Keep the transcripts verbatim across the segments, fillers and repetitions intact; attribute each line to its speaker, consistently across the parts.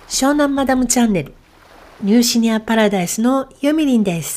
Speaker 1: 湘南マダムチャンネルニューシニアパラダイスのゆみりんです。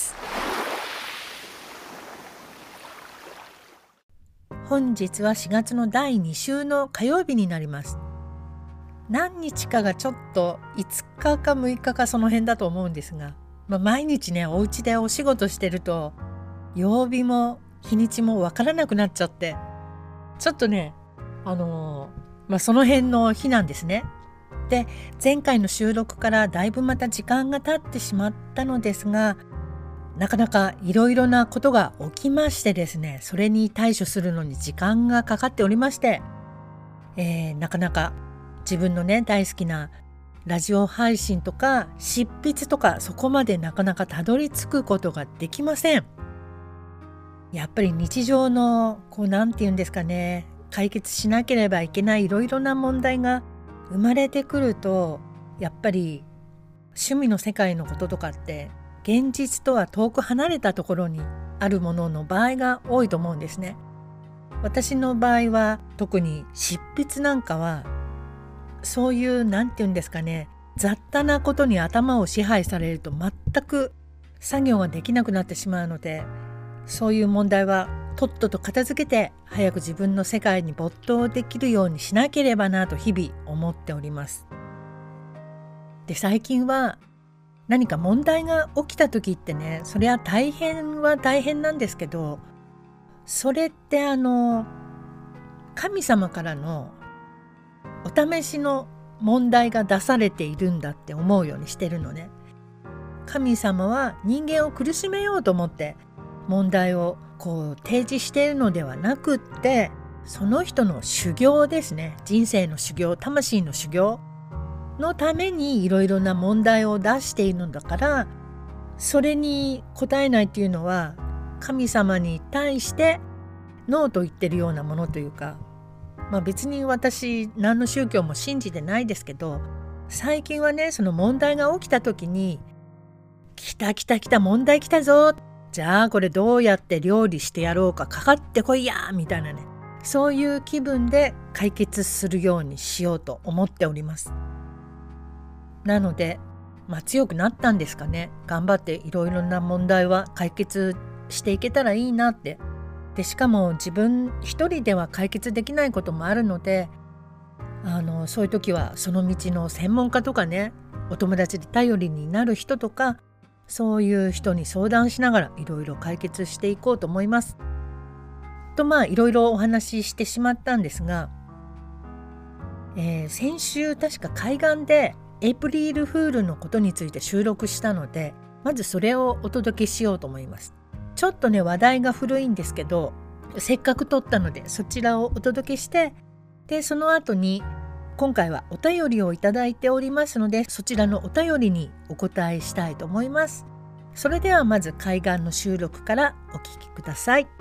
Speaker 1: 本日はしがつのだいに週の火曜日になります。何日かがちょっといつかかむいかかその辺だと思うんですが、まあ、毎日ねお家でお仕事してると曜日も日にちもわからなくなっちゃって、ちょっとねあのー、まあその辺の日なんですね。で、前回の収録からだいぶまた時間が経ってしまったのですが、なかなかいろいろなことが起きましてですね、それに対処するのに時間がかかっておりまして、えー、なかなか自分のね大好きなラジオ配信とか執筆とかそこまでなかなかたどり着くことができません。やっぱり日常のこうなんて言うんですかね、解決しなければいけないいろいろな問題が生まれてくると、やっぱり趣味の世界のこととかって現実とは遠く離れたところにあるものの場合が多いと思うんですね。私の場合は特に執筆なんかはそういうなんて言うんですかね、雑多なことに頭を支配されると全く作業ができなくなってしまうので、そういう問題はとっとと片付けて早く自分の世界に没頭できるようにしなければなと日々思っております。で、最近は何か問題が起きた時ってね、それは大変は大変なんですけど、それってあの神様からのお試しの問題が出されているんだって思うようにしてるのね。神様は人間を苦しめようと思って問題をこう提示しているのではなくって、その人の修行ですね、人生の修行、魂の修行のためにいろいろな問題を出しているのだから、それに応えないっていうのは神様に対してノーと言ってるようなものというか、まあ別に私何の宗教も信じてないですけど、最近はねその問題が起きた時に来た来た来た問題来たぞ、じゃあこれどうやって料理してやろうか、かかってこいやみたいなね、そういう気分で解決するようにしようと思っております。なので、まあ、強くなったんですかね。頑張っていろいろな問題は解決していけたらいいなって。でしかも自分一人では解決できないこともあるので、あのそういう時はその道の専門家とかね、お友達で頼りになる人とか、そういう人に相談しながらいろいろ解決していこうと思います。とまあいろいろお話ししてしまったんですが、えー、先週確か海岸でエイプリルフールのことについて収録したので、まずそれをお届けしようと思います。ちょっとね話題が古いんですけど、せっかく撮ったのでそちらをお届けして、でその後に今回はお便りをいただいておりますので、そちらのお便りにお答えしたいと思います。それではまず海岸の収録からお聞きください。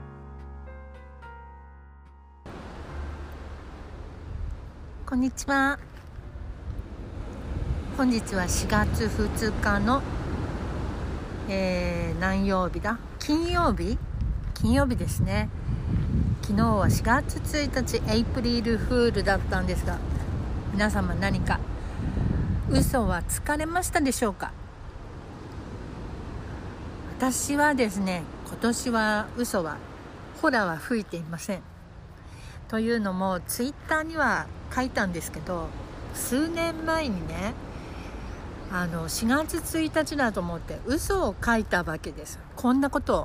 Speaker 1: こんにちは。本日はしがつふつかの、えー、何曜日だ金曜日金曜日ですね。昨日はしがつついたちエイプリルフールだったんですが、皆様何か嘘はつかれましたでしょうか。私はですね、今年は嘘はホラは吹いていません。というのもツイッターには書いたんですけど、数年前にねあのしがつついたちだと思って嘘を書いたわけです。こんなことを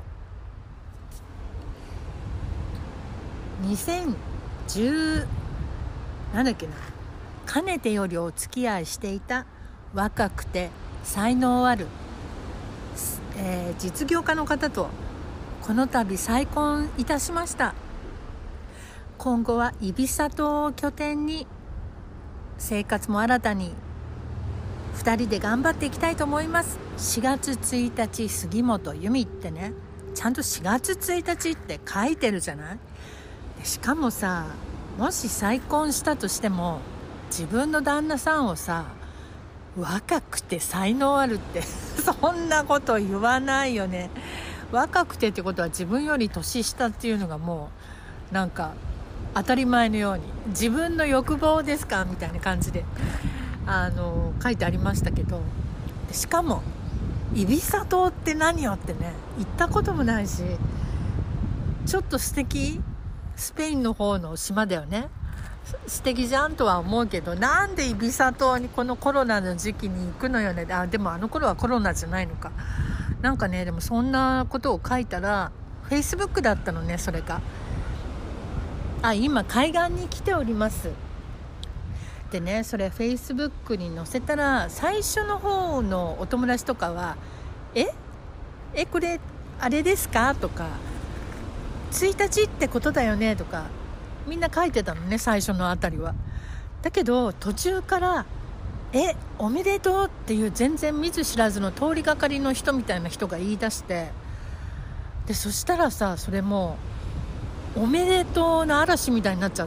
Speaker 1: にせんじゅうなんだっけなかねてよりお付き合いしていた若くて才能ある、えー、実業家の方とこの度再婚いたしました。今後はイビサ島を拠点に生活も新たにふたりで頑張っていきたいと思います。しがつついたち杉本由美ってね、ちゃんとしがつついたちって書いてるじゃない。しかもさ、もし再婚したとしても自分の旦那さんをさ若くて才能あるってそんなこと言わないよね。若くてってことは自分より年下っていうのがもうなんか当たり前のように、自分の欲望ですかみたいな感じであの書いてありましたけど、しかもイビサ島って何よってね、行ったこともないし、ちょっと素敵、スペインの方の島だよね、素敵じゃんとは思うけど、なんでイビサ島にこのコロナの時期に行くのよね。あ、でもあの頃はコロナじゃないのか。なんかね、でもそんなことを書いたらフェイスブックだったのね、それが。あ、今海岸に来ておりますでね、それフェイスブックに載せたら、最初の方のお友達とかはええこれあれですかとか、ついたちってことだよねとかみんな書いてたのね、最初のあたりは。だけど途中からえおめでとうっていう、全然見ず知らずの通りがかりの人みたいな人が言い出して、でそしたらさ、それもおめでとうの嵐みたいになっちゃって、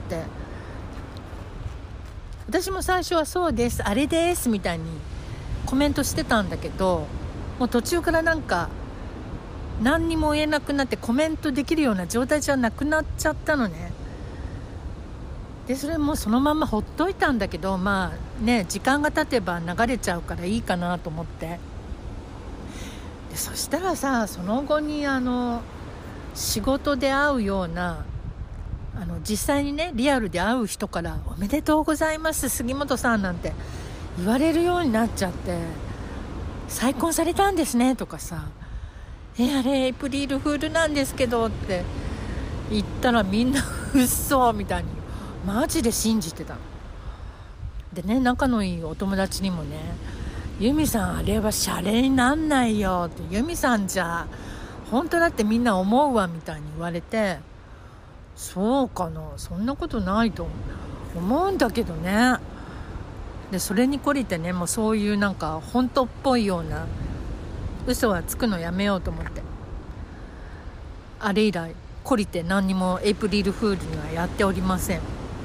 Speaker 1: 私も最初はそうです、あれですみたいにコメントしてたんだけど、もう途中からなんか何にも言えなくなって、コメントできるような状態じゃなくなっちゃったのね。でそれもそのままほっといたんだけど、まあね、時間が経てば流れちゃうからいいかなと思って、でそしたらさ、その後にあの仕事で会うような、あの実際にねリアルで会う人からおめでとうございます杉本さんなんて言われるようになっちゃって、再婚されたんですねとかさ、えあれエイプリルフールなんですけどって言ったら、みんな嘘みたいにマジで信じてた。でね、仲のいいお友達にもね、ユミさんあれはシャレになんないよって、ユミさんじゃ本当だってみんな思うわみたいに言われて、そうかな、そんなことないと思うんだけどね。でそれに懲りてね、もうそういうなんか本当っぽいような嘘はつくのやめようと思って、あれ以来懲りて何にもエイプリルフールにはやっておりません。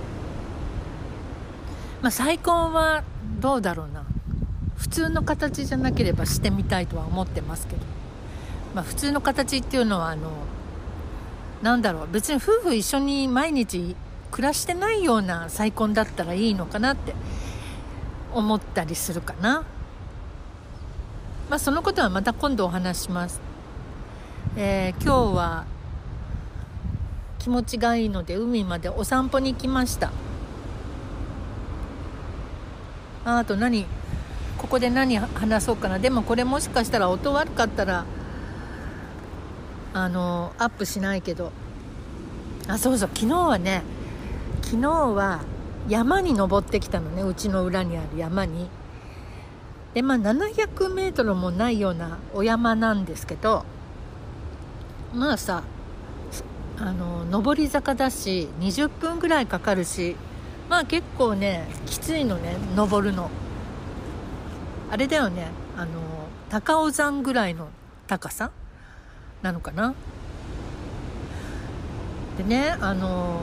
Speaker 1: まあ再婚はどうだろうな、普通の形じゃなければしてみたいとは思ってますけど、まあ普通の形っていうのはあのなんだろう、別に夫婦一緒に毎日暮らしてないような再婚だったらいいのかなって思ったりするかな。まあそのことはまた今度お話します。えー、今日は気持ちがいいので海までお散歩に行きました。あ, あと何ここで何話そうかな。でもこれもしかしたら音悪かったらあのアップしないけど、あそうそう、昨日はね昨日は山に登ってきたのね、うちの裏にある山に。でまあななひゃくメートルもないようなお山なんですけど、まあさあの上り坂だしにじゅっぷんぐらいかかるし、まあ結構ねきついのね、登るの。あれだよね、あの高尾山ぐらいの高さなのかな。でね、あの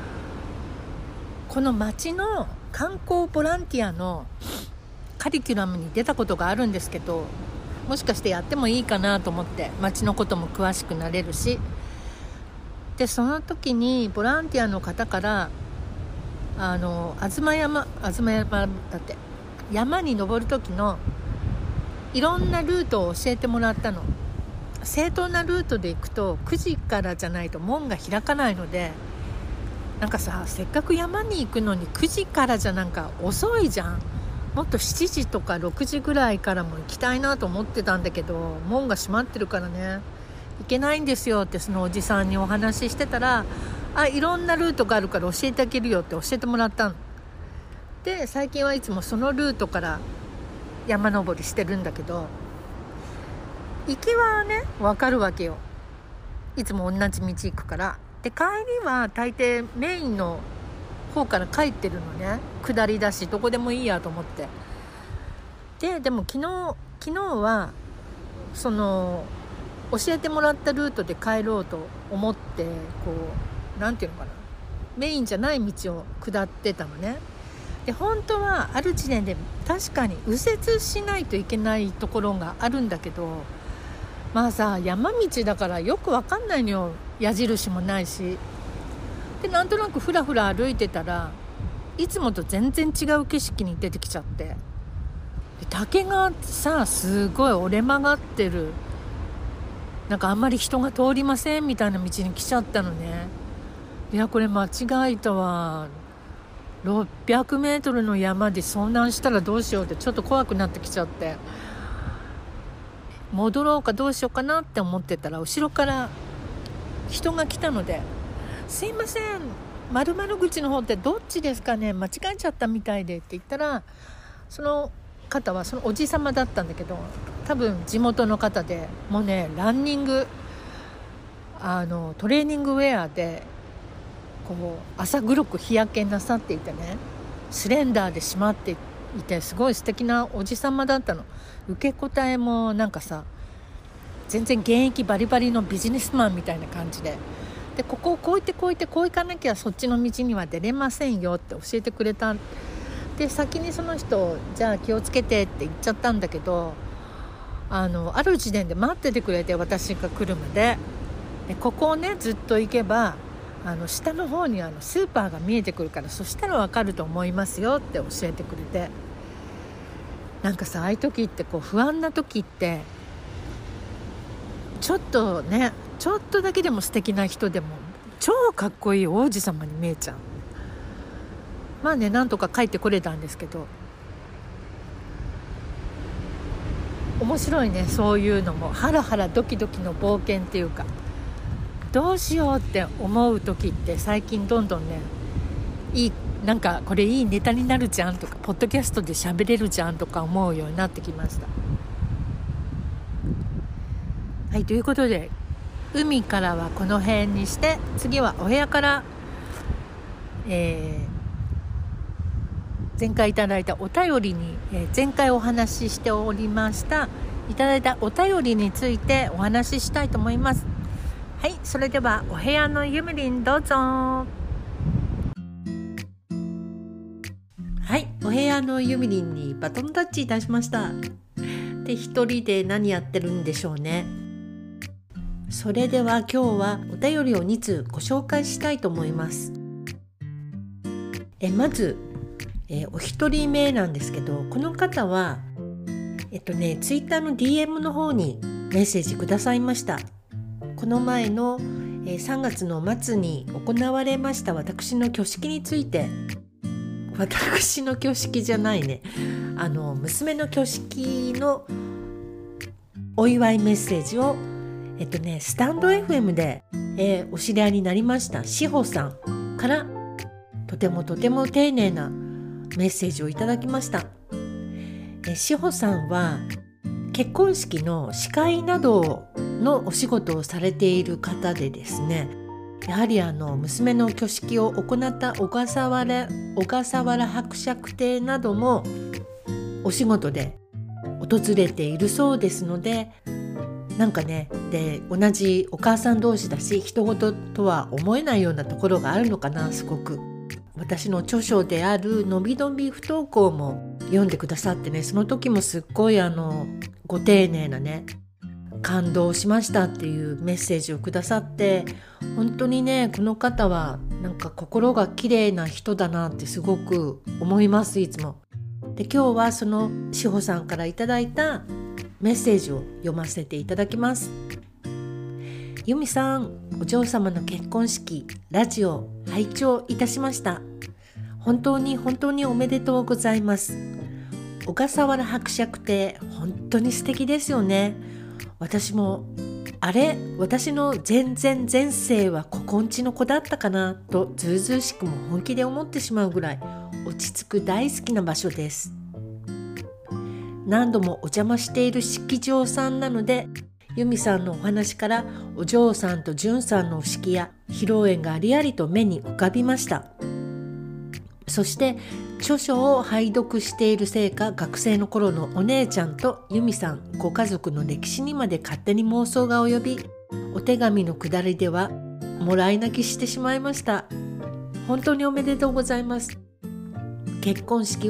Speaker 1: この町の観光ボランティアのカリキュラムに出たことがあるんですけど、もしかしてやってもいいかなと思って、町のことも詳しくなれるし。でその時にボランティアの方からあの東山東山だって山に登る時のいろんなルートを教えてもらったの。正当なルートで行くとくじからじゃないと門が開かないので、なんかさ、せっかく山に行くのにくじからじゃなんか遅いじゃん。もっとしちじとかろくじぐらいからも行きたいなと思ってたんだけど、門が閉まってるからね行けないんですよってそのおじさんにお話ししてたら、あいろんなルートがあるから教えてあげるよって教えてもらったので、最近はいつもそのルートから山登りしてるんだけど、行きはね分かるわけよ、いつも同じ道行くから。で帰りは大抵メインの方から帰ってるのね、下りだしどこでもいいやと思って。ででも昨日昨日はその教えてもらったルートで帰ろうと思って、こうなんていうのかな、メインじゃない道を下ってたのね。で本当はある地点で確かに右折しないといけないところがあるんだけど、まあさ山道だからよくわかんないのよ、矢印もないし。でなんとなくふらふら歩いてたらいつもと全然違う景色に出てきちゃって、で竹がさすごい折れ曲がってる、なんかあんまり人が通りませんみたいな道に来ちゃったのね。いやこれ間違えたわ、ろっぴゃくメートルの山で遭難したらどうしようってちょっと怖くなってきちゃって、戻ろうかどうしようかなって思ってたら、後ろから人が来たので、すいません〇〇口の方ってどっちですかね、間違えちゃったみたいでって言ったら、その方はそのおじさまだったんだけど、多分地元の方で、もうねランニングあのトレーニングウェアでこう朝黒く日焼けなさっていてね、スレンダーで締まっていて、すごい素敵なおじさまだったの。受け答えもなんかさ、全然現役バリバリのビジネスマンみたいな感じで、でここをこう言ってこう言ってこう行かなきゃそっちの道には出れませんよって教えてくれた。で先にその人じゃあ気をつけてって言っちゃったんだけど、あのある時点で待っててくれて、私が来るまで。でここをねずっと行けばあの下の方にあのスーパーが見えてくるから、そしたらわかると思いますよって教えてくれて、なんかさああいう時ってこう不安な時ってちょっとねちょっとだけでも素敵な人でも超かっこいい王子様に見えちゃう。まあねなんとか帰ってこれたんですけど、面白いね、そういうのもハラハラドキドキの冒険っていうか、どうしようって思う時って最近どんどんね、いいなんかこれいいネタになるじゃんとか、ポッドキャストで喋れるじゃんとか思うようになってきました。はい、ということで海からはこの辺にして、次はお部屋から、えー、前回いただいたお便りに、えー、前回お話ししておりましたいただいたお便りについてお話ししたいと思います。はい、それではお部屋のゆみりんどうぞ。はい、お部屋のゆみりんにバトンタッチいたしました。で、一人で何やってるんでしょうね。それでは今日はお便りをに通ご紹介したいと思います。えまずえお一人目なんですけど、この方はえっとねツイッターの ディーエム の方にメッセージくださいました。この前のさんがつの末に行われました私の挙式について、私の挙式じゃないね、あの娘の挙式のお祝いメッセージをえっとねスタンド エフエム で、えー、お知り合いになりましたしほさんからとてもとても丁寧なメッセージをいただきました。えしほさんは結婚式の司会などのお仕事をされている方でですね、やはりあの娘の挙式を行った小笠原小笠原伯爵邸などもお仕事で訪れているそうですので、なんかねで同じお母さん同士だし人事とは思えないようなところがあるのかな。すごく私の著書であるのびのび不登校も読んでくださってね、その時もすっごいあのご丁寧なね感動しましたっていうメッセージをくださって、本当にねこの方はなんか心が綺麗な人だなってすごく思います、いつも。で今日はそのしほさんからいただいたメッセージを読ませていただきます。ゆみさん、お嬢様の結婚式ラジオ拝聴いたしました。本当に本当におめでとうございます。小笠原伯爵邸本当に素敵ですよね。私もあれ私の全然前世はここんちの子だったかなとずうずうしくも本気で思ってしまうぐらい落ち着く大好きな場所です。何度もお邪魔している式場さんなので、由美さんのお話からお嬢さんと純さんのお式や披露宴がありありと目に浮かびました。そして著書を拝読しているせいか、学生の頃のお姉ちゃんと由美さんご家族の歴史にまで勝手に妄想が及び、お手紙のくだりではもらい泣きしてしまいました。本当におめでとうございます。結婚式は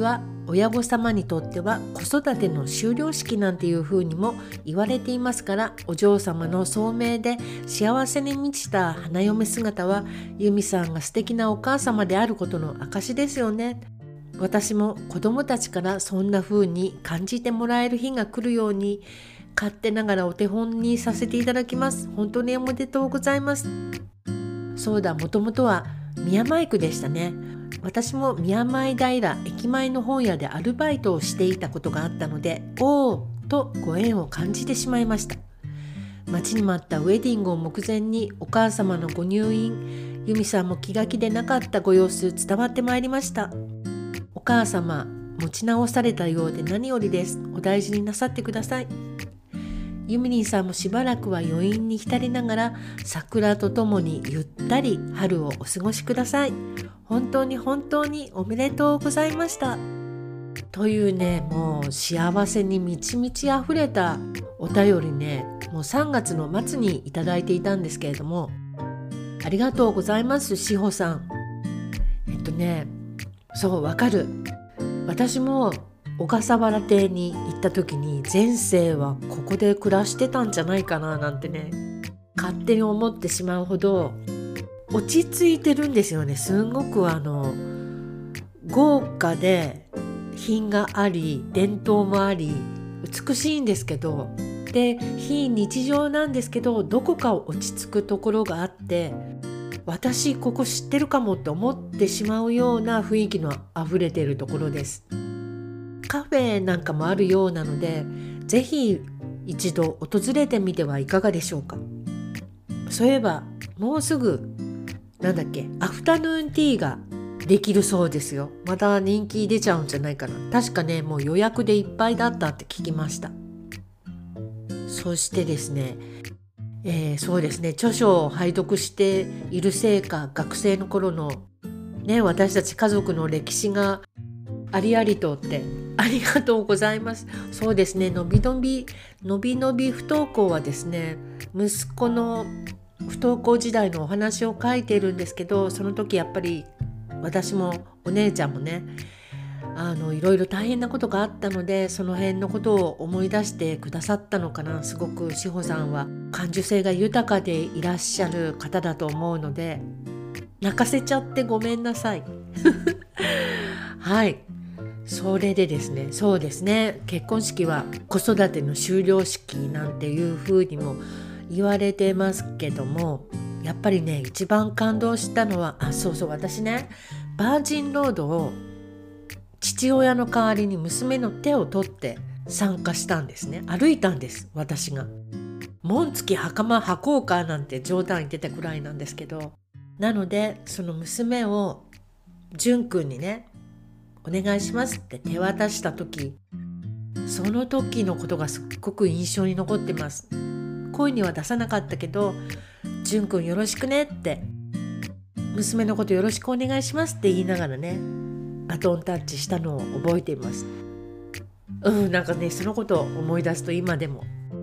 Speaker 1: 親御様にとっては子育ての終了式なんていう風にも言われていますから、お嬢様の聡明で幸せに満ちた花嫁姿は由美さんが素敵なお母様であることの証ですよね。私も子供たちからそんな風に感じてもらえる日が来るように勝手ながらお手本にさせていただきます。本当におめでとうございます。そうだ、もともとは宮前区でしたね。私も宮前平駅前の本屋でアルバイトをしていたことがあったので、おーとご縁を感じてしまいました。待ちに待ったウェディングを目前にお母様のご入院、由美さんも気が気でなかったご様子伝わってまいりました。お母様持ち直されたようで何よりです。お大事になさってください。ユミリンさんもしばらくは余韻に浸りながら桜とともにゆったり春をお過ごしください。本当に本当におめでとうございました。というね、もう幸せに満ち満ちあふれたお便りね、もうさんがつの末にいただいていたんですけれども、ありがとうございます、しほさん。えっとね、そうわかる。私も小笠原邸に行った時に前世はここで暮らしてたんじゃないかななんてね、勝手に思ってしまうほど落ち着いてるんですよね。すごくあの豪華で品があり伝統もあり美しいんですけど、で非日常なんですけど、どこか落ち着くところがあって、私ここ知ってるかもって思ってしまうような雰囲気のあふれているところです。カフェなんかもあるようなので、ぜひ一度訪れてみてはいかがでしょうか。そういえばもうすぐなんだっけアフタヌーンティーができるそうですよ。また人気出ちゃうんじゃないかな。確かね、もう予約でいっぱいだったって聞きました。そしてですね、えー、そうですね、著書を拝読しているせいか、学生の頃のね、私たち家族の歴史がありありとってありがとうございます。そうですね、のびのびのびのび不登校はですね、息子の不登校時代のお話を書いているんですけど、その時やっぱり私もお姉ちゃんもね、あのいろいろ大変なことがあったので、その辺のことを思い出してくださったのかな。すごく志保さんは感受性が豊かでいらっしゃる方だと思うので、泣かせちゃってごめんなさいはい、それでですね、そうですね、結婚式は子育ての終了式なんていう風にも言われてますけども、やっぱりね、一番感動したのは、あ、そうそう、私ね、バージンロードを父親の代わりに娘の手を取って参加したんですね。歩いたんです、私が。紋付き袴履こうかなんて冗談言ってたくらいなんですけど、なのでその娘を淳くんにね、お願いしますって手渡した時、その時のことがすっごく印象に残ってます。声には出さなかったけど、淳くんよろしくねって、娘のことよろしくお願いしますって言いながらね、バトンタッチしたのを覚えています。うん、なんかね、そのことを思い出すと今でも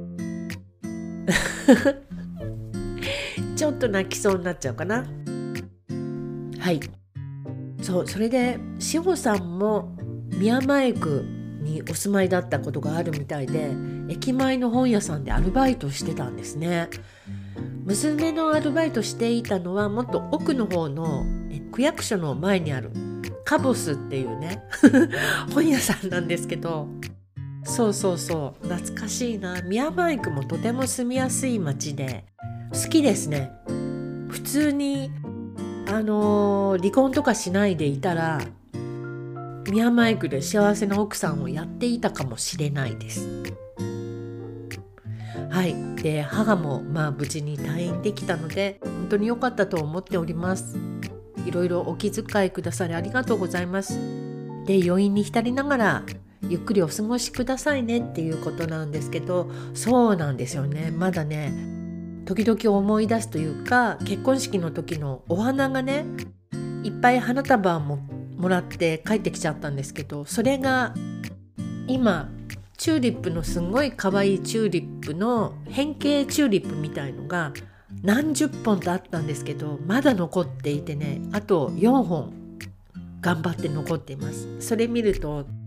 Speaker 1: ちょっと泣きそうになっちゃうかな。はい、そう、それで志保さんも宮前区にお住まいだったことがあるみたいで、駅前の本屋さんでアルバイトしてたんですね。娘のアルバイトしていたのはもっと奥の方の区役所の前にあるカボスっていうね本屋さんなんですけど、そうそうそう、懐かしいな。宮前区もとても住みやすい街で好きですね。普通にあのー、離婚とかしないでいたら宮前区で幸せな奥さんをやっていたかもしれないです。はい、で母もまあ無事に退院できたので本当に良かったと思っております。いろいろお気遣いくださりありがとうございます。で余韻に浸りながらゆっくりお過ごしくださいねっていうことなんですけど、そうなんですよね、まだね時々思い出すというか、結婚式の時のお花がね、いっぱい花束ももらって帰ってきちゃったんですけど、それが今チューリップのすごい可愛いチューリップの変形チューリップみたいのが何十本とあったんですけど、まだ残っていてね、あとよんほん頑張って残っています。それ見ると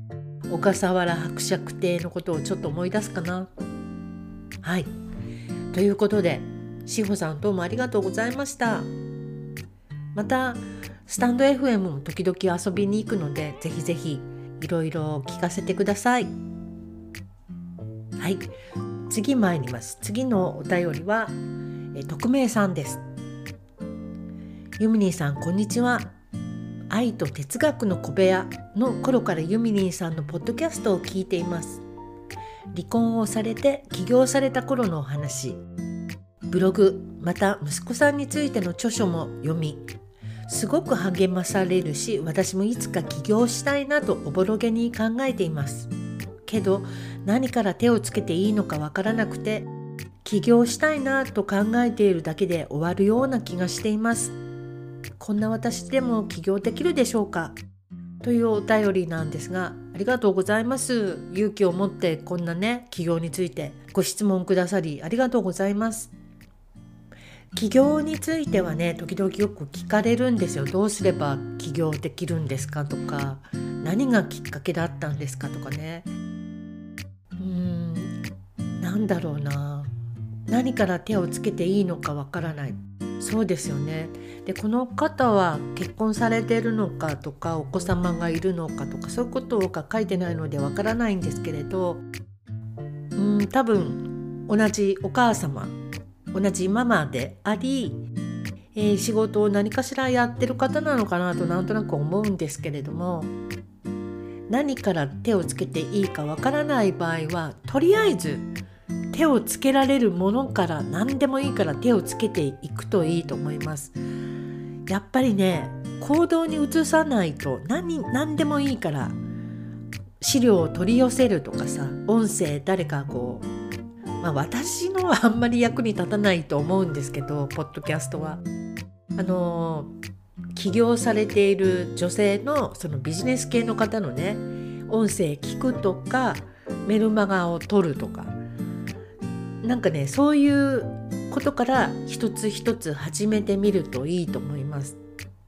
Speaker 1: 小笠原伯爵邸のことをちょっと思い出すかな。はい、ということで志保さんどうもありがとうございました。またスタンド エフエム も時々遊びに行くので、ぜひぜひいろいろ聞かせてください。はい、次参ります。次のお便りはえ匿名さんです。ユミニーさんこんにちは。愛と哲学の小部屋の頃からユミニーさんのポッドキャストを聞いています。離婚をされて起業された頃のお話、ブログ、また息子さんについての著書も読み、すごく励まされるし、私もいつか起業したいなとおぼろげに考えています。けど何から手をつけていいのかわからなくて、起業したいなと考えているだけで終わるような気がしています。こんな私でも起業できるでしょうか、というお便りなんですが、ありがとうございます。勇気を持ってこんなね起業についてご質問くださりありがとうございます。起業についてはね、時々よく聞かれるんですよ。どうすれば起業できるんですかとか、何がきっかけだったんですかとかね。うーんなんだろうな、何から手をつけていいのかわからない。そうですよね。でこの方は結婚されているのかとか、お子様がいるのかとか、そういうことが書いてないのでわからないんですけれど、うん多分同じお母様、同じママであり、えー、仕事を何かしらやってる方なのかなとなんとなく思うんですけれども、何から手をつけていいかわからない場合は、とりあえず手をつけられるものから、何でもいいから手をつけていくといいと思います。やっぱりね、行動に移さないと 何, 何でもいいから、資料を取り寄せるとかさ、音声誰かこう、まあ、私のはあんまり役に立たないと思うんですけど、ポッドキャストはあの起業されている女性のそのビジネス系の方のね音声聞くとか、メルマガを取るとか、なんかねそういうことから一つ一つ始めてみるといいと思います。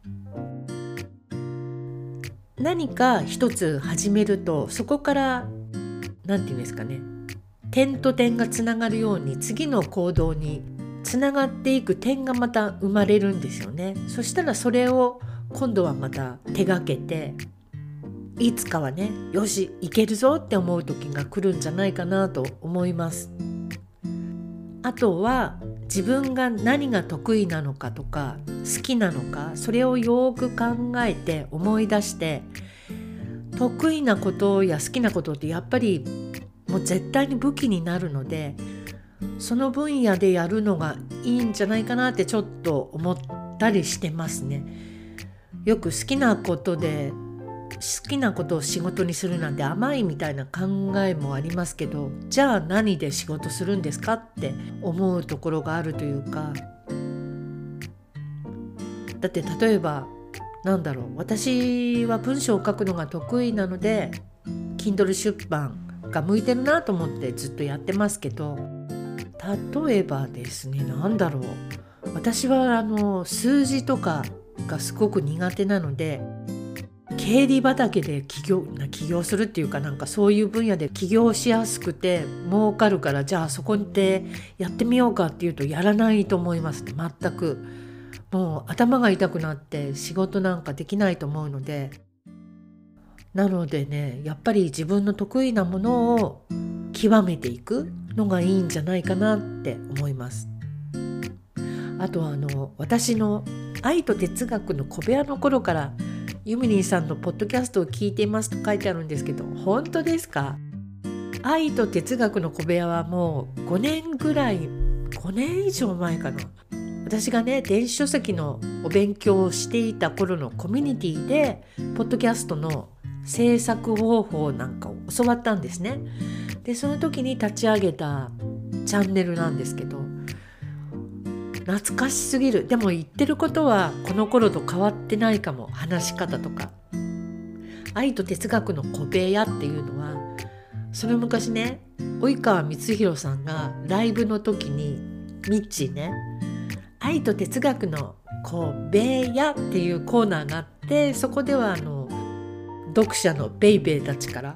Speaker 1: 何か一つ始めると、そこからなんていうんですかね、点と点がつながるように次の行動につながっていく点がまた生まれるんですよね。そしたらそれを今度はまた手がけて、いつかはね、よしいけるぞって思う時が来るんじゃないかなと思います。あとは自分が何が得意なのかとか好きなのか、それをよく考えて思い出して、得意なことや好きなことってやっぱりもう絶対に武器になるので、その分野でやるのがいいんじゃないかなってちょっと思ったりしてますね。よく好きなことで好きなことを仕事にするなんて甘いみたいな考えもありますけど、じゃあ何で仕事するんですかって思うところがあるというか、だって例えばなんだろう、私は文章を書くのが得意なので Kindle 出版が向いてるなと思ってずっとやってますけど、例えばですね、なんだろう、私はあの数字とかがすごく苦手なので、経理畑で起業起業するっていうか、なんかそういう分野で起業しやすくて儲かるから、じゃあそこでやってみようかっていうとやらないと思いますね。全くもう頭が痛くなって仕事なんかできないと思うので、なのでね、やっぱり自分の得意なものを極めていくのがいいんじゃないかなって思います。あとはあの私の愛と哲学の小部屋の頃からユミニーさんのポッドキャストを聞いていますと書いてあるんですけど、本当ですか？愛と哲学の小部屋はもうごねんぐらい、ごねん以上前かな。私がね電子書籍のお勉強をしていた頃のコミュニティでポッドキャストの制作方法なんかを教わったんですね。でその時に立ち上げたチャンネルなんですけど、懐かしすぎる。でも言ってることはこの頃と変わってないかも。話し方とか。愛と哲学の小部屋っていうのは、その昔ね及川光弘さんがライブの時にミッチーね、愛と哲学の小部屋っていうコーナーがあって、そこではあの読者のベイベーたちから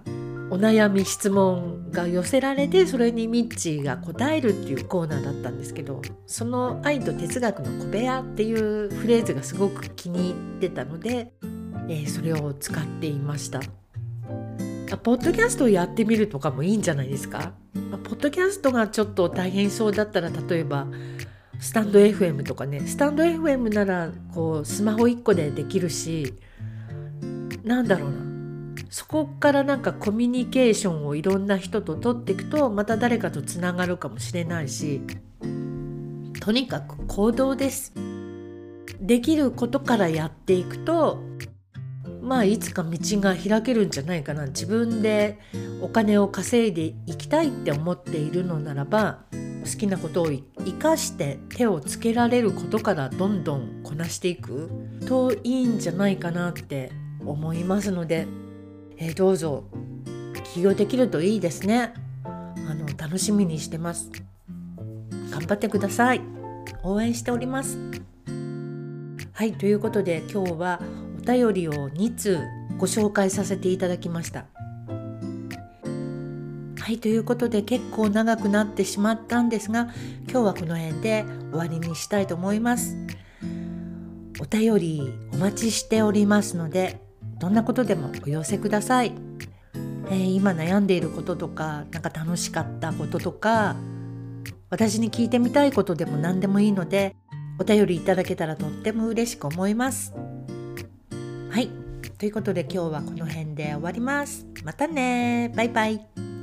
Speaker 1: お悩み質問が寄せられて、それにミッチーが答えるっていうコーナーだったんですけど、その愛と哲学の小部屋っていうフレーズがすごく気に入ってたので、えー、それを使っていました。ポッドキャストをやってみるとかもいいんじゃないですか。ポッドキャストがちょっと大変そうだったら、例えばスタンド エフエム とかね、スタンド エフエム ならこうスマホいっこでできるし、なんだろうな、そこからなんかコミュニケーションをいろんな人と取っていくと、また誰かとつながるかもしれないし、とにかく行動です。できることからやっていくと、まあいつか道が開けるんじゃないかな。自分でお金を稼いでいきたいって思っているのならば、好きなことを生かして手をつけられることからどんどんこなしていくといいんじゃないかなって思いますので、えー、どうぞ起業できるといいですね。あの楽しみにしてます。頑張ってください。応援しております。はい、ということで今日はお便りをに通ご紹介させていただきました。はい、ということで結構長くなってしまったんですが、今日はこの辺で終わりにしたいと思います。お便りお待ちしておりますので、どんなことでもお寄せください。えー、今悩んでいることとか、なんか楽しかったこととか、私に聞いてみたいことでも何でもいいので、お便りいただけたらとっても嬉しく思います。はい、ということで今日はこの辺で終わります。またね、バイバイ。